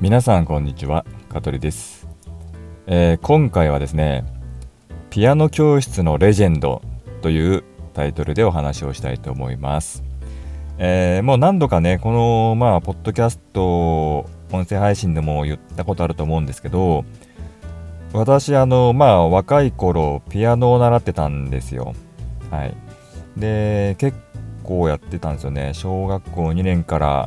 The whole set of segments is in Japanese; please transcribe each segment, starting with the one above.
皆さんこんにちは、香取です。今回はですね、ピアノ教室のレジェンドというタイトルでお話をしたいと思います。もう何度かね、このポッドキャスト音声配信でも言ったことあると思うんですけど、私若い頃ピアノを習ってたんですよ。はい。で、結構やってたんですよね。小学校2年から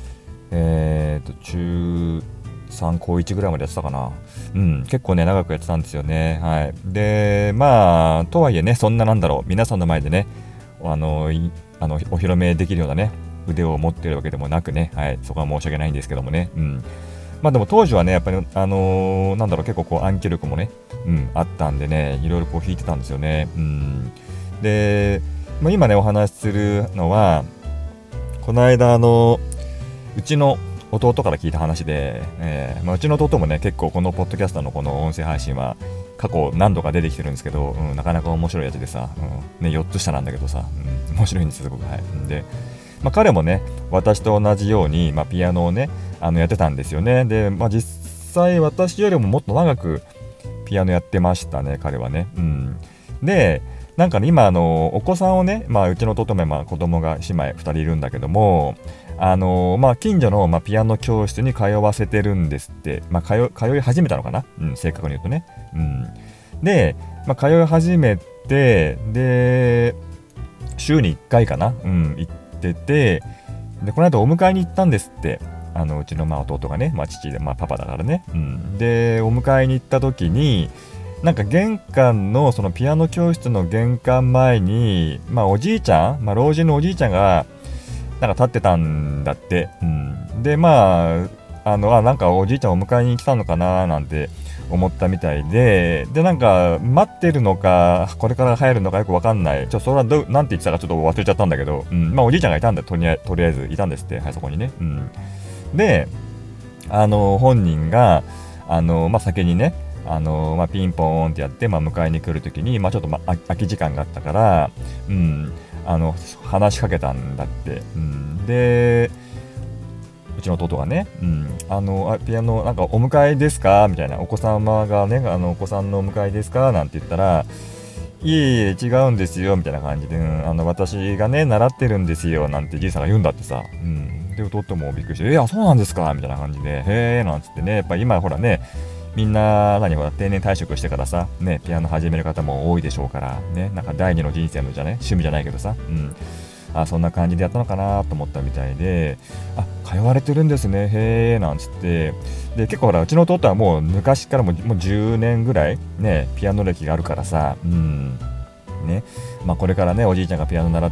中3高1ぐらいまでやってたかな。結構ね長くやってたんですよね。はい。でとはいえね、そんな皆さんの前でねお披露目できるようなね腕を持っているわけでもなくね、はい、そこは申し訳ないんですけどもね。でも当時はねやっぱり結構暗記力もね、あったんでね、いろいろ弾いてたんですよね。で、今ねお話しするのはこの間うちの弟から聞いた話で、うちの弟もね結構このポッドキャストのこの音声配信は過去何度か出てきてるんですけど、なかなか面白いやつでさ、4つ下なんだけどさ、面白いんですすごく。はい。で、彼もね私と同じように、ピアノをねやってたんですよね。で、実際私よりももっと長くピアノやってましたね、彼はね。で今お子さんをね、うちの弟も子供が姉妹2人いるんだけども、近所の、ピアノ教室に通わせてるんですって。通い始めたのかな、正確に言うとね。で、通い始めて、で週に1回かな、行ってて、でこの間お迎えに行ったんですって。うちの弟がね、父で、パパだからね。でお迎えに行った時に玄関のそのピアノ教室の玄関前におじいちゃん、老人のおじいちゃんが立ってたんだって。でおじいちゃんをお迎えに来たのかななんて思ったみたいで、待ってるのかこれから入るのかよく分かんない。それはなんて言ってたかちょっと忘れちゃったんだけど、おじいちゃんがいたんだ。とりあえずいたんですって。はい、そこにね。で本人が先にねピンポーンってやって、迎えに来るときに、ちょっと、空き時間があったから、話しかけたんだって。で、うちの弟がね、ピアノ、お迎えですかみたいな、お子様がね、お子さんのお迎えですかなんて言ったら、いえいえ違うんですよみたいな感じで、私がね習ってるんですよなんてじいさんが言うんだってさ。で弟もびっくりして、そうなんですかみたいな感じで、へーなんつってね、やっぱ今ほらね、みんな定年退職してからさ、ね、ピアノ始める方も多いでしょうからね、第二の人生の趣味じゃないけどさ、そんな感じでやったのかなと思ったみたいで、通われてるんですね、へーなんつって。で結構ほらうちの弟はもう昔からもう10年ぐらいねピアノ歴があるからさ、ね、これからねおじいちゃんがピアノ習って、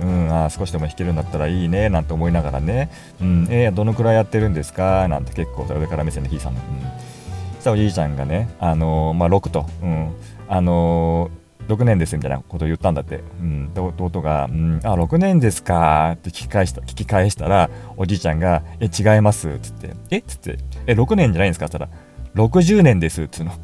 少しでも弾けるんだったらいいねなんて思いながらね、どのくらいやってるんですかなんて結構上から目線で聞いてたの。そしたらおじいちゃんがね、6と、6年ですみたいなことを言ったんだって。で弟が、6年ですかって聞き返したら、おじいちゃんが、違いますっつって、っつって、6年じゃないんですかって言ったら、60年ですっつうの。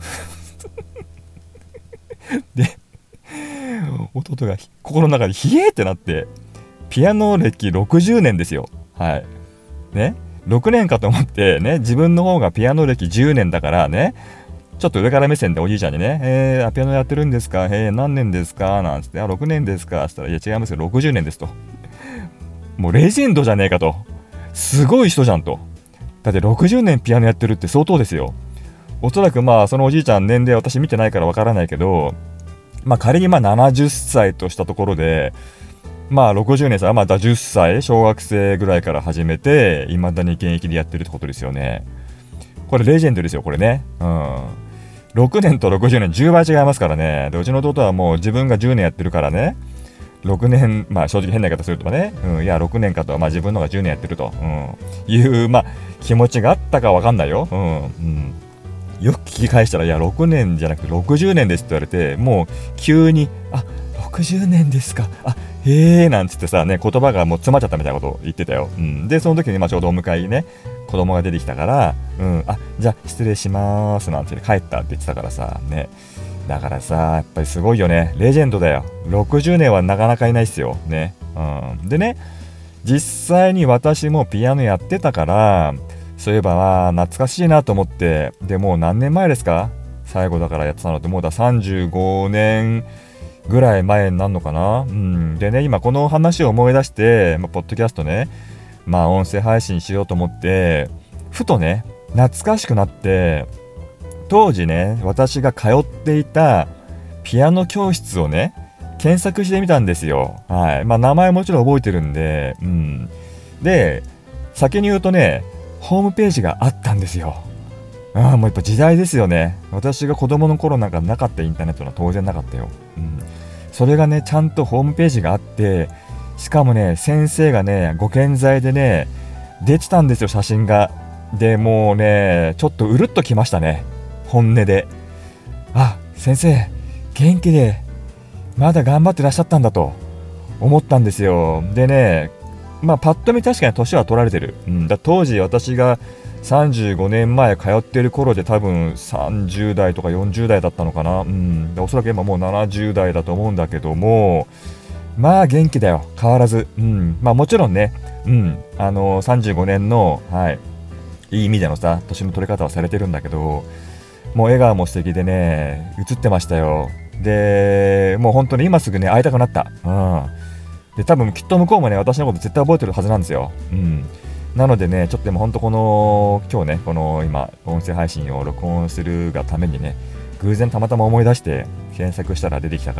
で、弟が心の中で、ひえーってなって、ピアノ歴60年ですよ。はい。ね。6年かと思ってね、自分の方がピアノ歴10年だからね、ちょっと上から目線でおじいちゃんにね、ピアノやってるんですか、何年ですかなんつって、6年ですかつったら、いや違いますよ、60年ですと。もうレジェンドじゃねえかと。すごい人じゃんと。だって60年ピアノやってるって相当ですよ。おそらくそのおじいちゃん年齢私見てないからわからないけど、仮に70歳としたところで、60年さ、10歳、小学生ぐらいから始めて、いまだに現役でやってるってことですよね。これレジェンドですよ、これね。6年と60年、10倍違いますからね。で、うちの弟はもう自分が10年やってるからね、6年、正直変な言い方するとかね、いや、6年かと、自分のが10年やってると、いう、気持ちがあったかわかんないよ。よく聞き返したら、いや、6年じゃなくて60年ですって言われて、もう急に、60年ですか。へーなんつってさ、ね、言葉がもう詰まっちゃったみたいなことを言ってたよ。で、その時にちょうどお迎えにね、子供が出てきたから、じゃあ失礼しまーすなんて帰ったって言ってたからさ、ね。だからさ、やっぱりすごいよね。レジェンドだよ。60年はなかなかいないっすよ。ね。でね、実際に私もピアノやってたから、 そういえば懐かしいなと思って、でもう何年前ですか、最後だからやってたのって。もう35年ぐらい前になるのかな。でね、今この話を思い出して、ポッドキャストね、音声配信しようと思って、ふとね懐かしくなって、当時ね私が通っていたピアノ教室をね検索してみたんですよ。名前もちろん覚えてるんで、で先に言うとね、ホームページがあったんですよ。もうやっぱ時代ですよね。私が子供の頃なんかなかったインターネットは当然なかったよ。それがねちゃんとホームページがあって、しかもね先生がねご健在でね出てたんですよ、写真が。でもうねちょっとうるっときましたね、本音で。先生元気でまだ頑張ってらっしゃったんだと思ったんですよ。でねパッと見確かに年は取られてる、当時私が35年前通ってる頃で多分30代とか40代だったのかな。おそらく今もう70代だと思うんだけども、元気だよ変わらず。もちろんね、35年の、いい意味でのさ年の取り方はされてるんだけど、もう笑顔も素敵でね映ってましたよ。でもう本当に今すぐね会いたくなった。で多分きっと向こうもね私のこと絶対覚えてるはずなんですよ。なのでねちょっとでも本当今日ねこの今音声配信を録音するがためにね偶然たまたま思い出して検索したら出てきたから、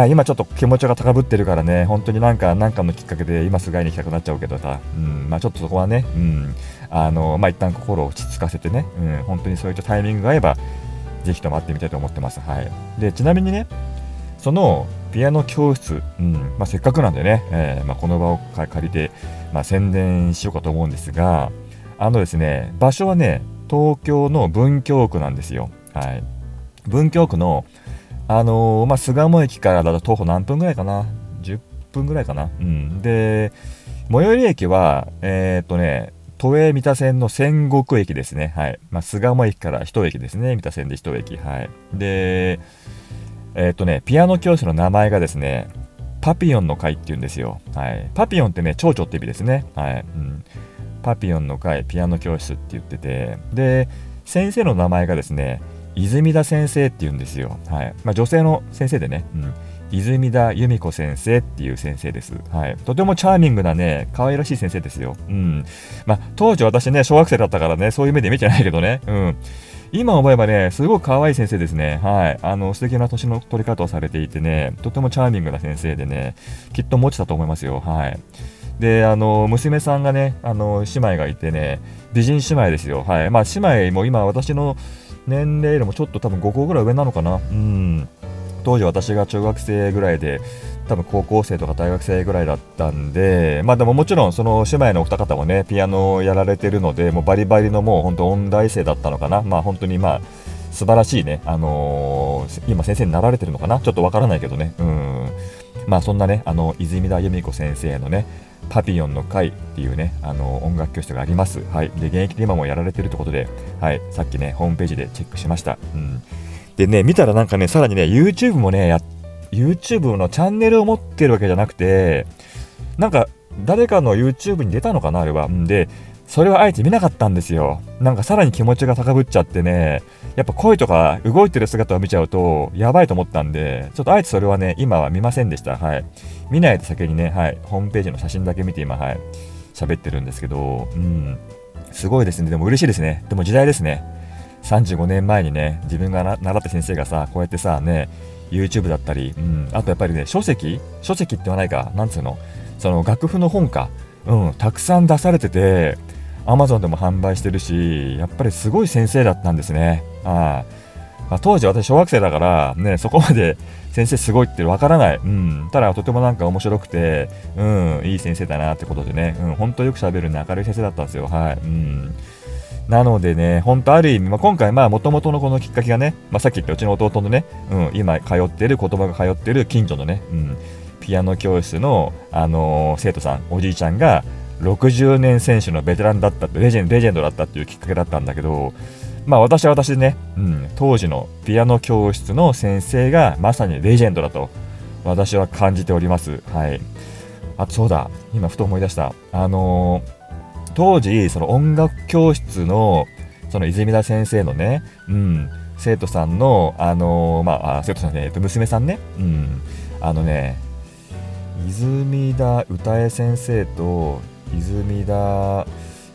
今ちょっと気持ちが高ぶってるからね、本当になんかのきっかけで今すぐ会いに行きたくなっちゃうけどさ、ちょっとそこはね、一旦心を落ち着かせてね、本当にそういったタイミングが合えばぜひとも会ってみたいと思ってます。でちなみにねそのピアノ教室、せっかくなんでね、この場を借りて、宣伝しようかと思うんですが、ですね場所はね東京の文京区なんですよ。文京区の巣鴨駅からだと徒歩何分ぐらいかな、10分ぐらいかな。で最寄り駅は都営三田線の仙石駅ですね。巣鴨駅から一駅ですね。三田線で一駅。でピアノ教室の名前がですねパピヨンの会っていうんですよ。パピヨンってね蝶々って意味ですね。パピヨンの会ピアノ教室って言ってて、で先生の名前がですね泉田先生っていうんですよ。女性の先生でね、泉田由美子先生っていう先生です。とてもチャーミングなね可愛らしい先生ですよ。当時私ね小学生だったからねそういう目で見てないけどね、今思えばねすごく可愛い先生ですね。素敵な年の取り方をされていてね、とてもチャーミングな先生でねきっと持ちたと思いますよ。で娘さんがね姉妹がいてね美人姉妹ですよ。姉妹も今私の年齢よりもちょっと多分5個ぐらい上なのかな。当時私が中学生ぐらいで多分高校生とか大学生ぐらいだったんで、でももちろんその姉妹のお二方もねピアノをやられてるのでもうバリバリのもう本当音大生だったのかな。本当に素晴らしいね、今先生になられてるのかなちょっとわからないけどね。そんなね泉田由美子先生のねパピヨンの会っていうね音楽教室があります。で現役で今もやられてるってことで、さっきねホームページでチェックしました。でね見たらなんかねさらにね YouTube もねYouTube のチャンネルを持ってるわけじゃなくて、なんか誰かの YouTube に出たのかなあれは。でそれはあえて見なかったんですよ。なんかさらに気持ちが高ぶっちゃってね、やっぱ声とか動いてる姿を見ちゃうとやばいと思ったんで、ちょっとあえてそれはね今は見ませんでした。見ないで先にね、ホームページの写真だけ見て今喋ってるんですけど、すごいですね。でも嬉しいですね。でも時代ですね。35年前にね自分が習った先生がさこうやってさね YouTube だったり、あとやっぱりね書籍って言わないか、なんつうの、その楽譜の本か、たくさん出されてて Amazon でも販売してるし、やっぱりすごい先生だったんですね。当時私小学生だからねそこまで先生すごいってわからない、ただとてもなんか面白くて、いい先生だなってことでね、本当よく喋るね明るい先生だったんですよ。なのでね、本当ある意味、今回もともとのこのきっかけがね、さっき言ったうちの弟のね、今通ってる、子供が通ってる近所のね、ピアノ教室の、生徒さん、おじいちゃんが60年選手のベテランだったって、レジェンドだったっていうきっかけだったんだけど、私は私でね、当時のピアノ教室の先生がまさにレジェンドだと私は感じております。あとそうだ、今ふと思い出した。 当時その音楽教室のその泉田先生のね、生徒さんの生徒さんね、娘さんね、泉田歌江先生と泉田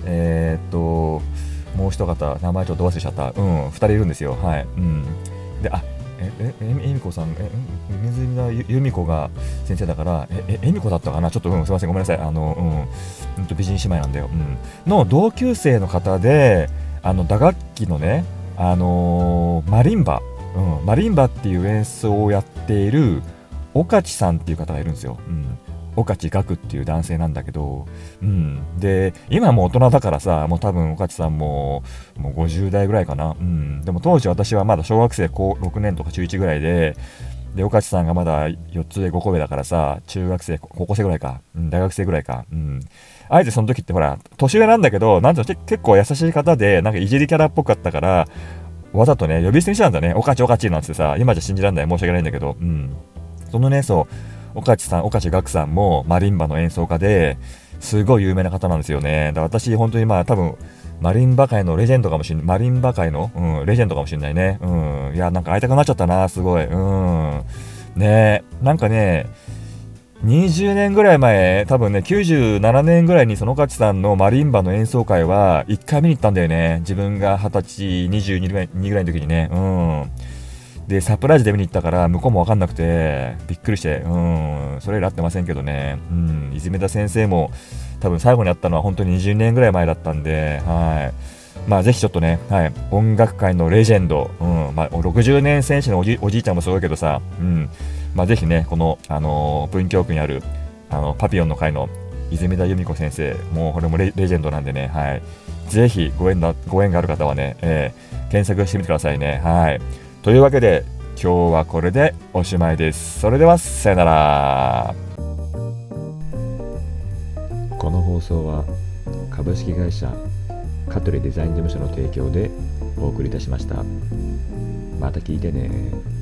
もう一方名前ちょっと忘れちゃった、2人いるんですよ。はい。で、恵美子さん、泉田由美子が先生だから、恵美子だったかな、ちょっと、すいません、ごめんなさい、美人姉妹なんだよ、の同級生の方で、打楽器のね、マリンバっていう演奏をやっている岡地さんっていう方がいるんですよ。岡地岳っていう男性なんだけど、で今もう大人だからさ、もう多分岡地さんもう50代ぐらいかな。でも当時私はまだ小学生高6年とか中1ぐらいで、岡地さんがまだ4つで5個上だからさ、中学生高校生ぐらいか、大学生ぐらいか。あえてその時ってほら年上なんだけど、なんていうの、結構優しい方で、なんかいじりキャラっぽかったから、わざとね呼び捨てにしたんだね。岡地なんてさ、今じゃ信じられない、申し訳ないんだけど、そのね、岡地岳さんもマリンバの演奏家ですごい有名な方なんですよね。だから私本当に多分マリンバ界のレジェンドかもしれない、レジェンドかもしれないね。いや、なんか会いたくなっちゃったな、すごい。ね、なんかね、20年ぐらい前、多分ね、97年ぐらいにその岡地さんのマリンバの演奏会は1回見に行ったんだよね。自分が20歳、22ぐらいの時にね。でサプライズで見に行ったから向こうも分かんなくてびっくりして、それ以来会ってませんけどね。泉田先生も多分最後に会ったのは本当に20年ぐらい前だったんで、ぜひちょっとね、音楽界のレジェンド、60年戦士のおじいちゃんもすごいけどさ、ぜひね、この、文京区にあるパピオンの会の泉田由美子先生、もうこれもレジェンドなんでね、ぜひご縁がある方はね、検索してみてくださいね。というわけで今日はこれでおしまいです。それではさよなら。 この放送は株式会社香取デザイン事務所の提供でお送りいたしました。また聞いてね。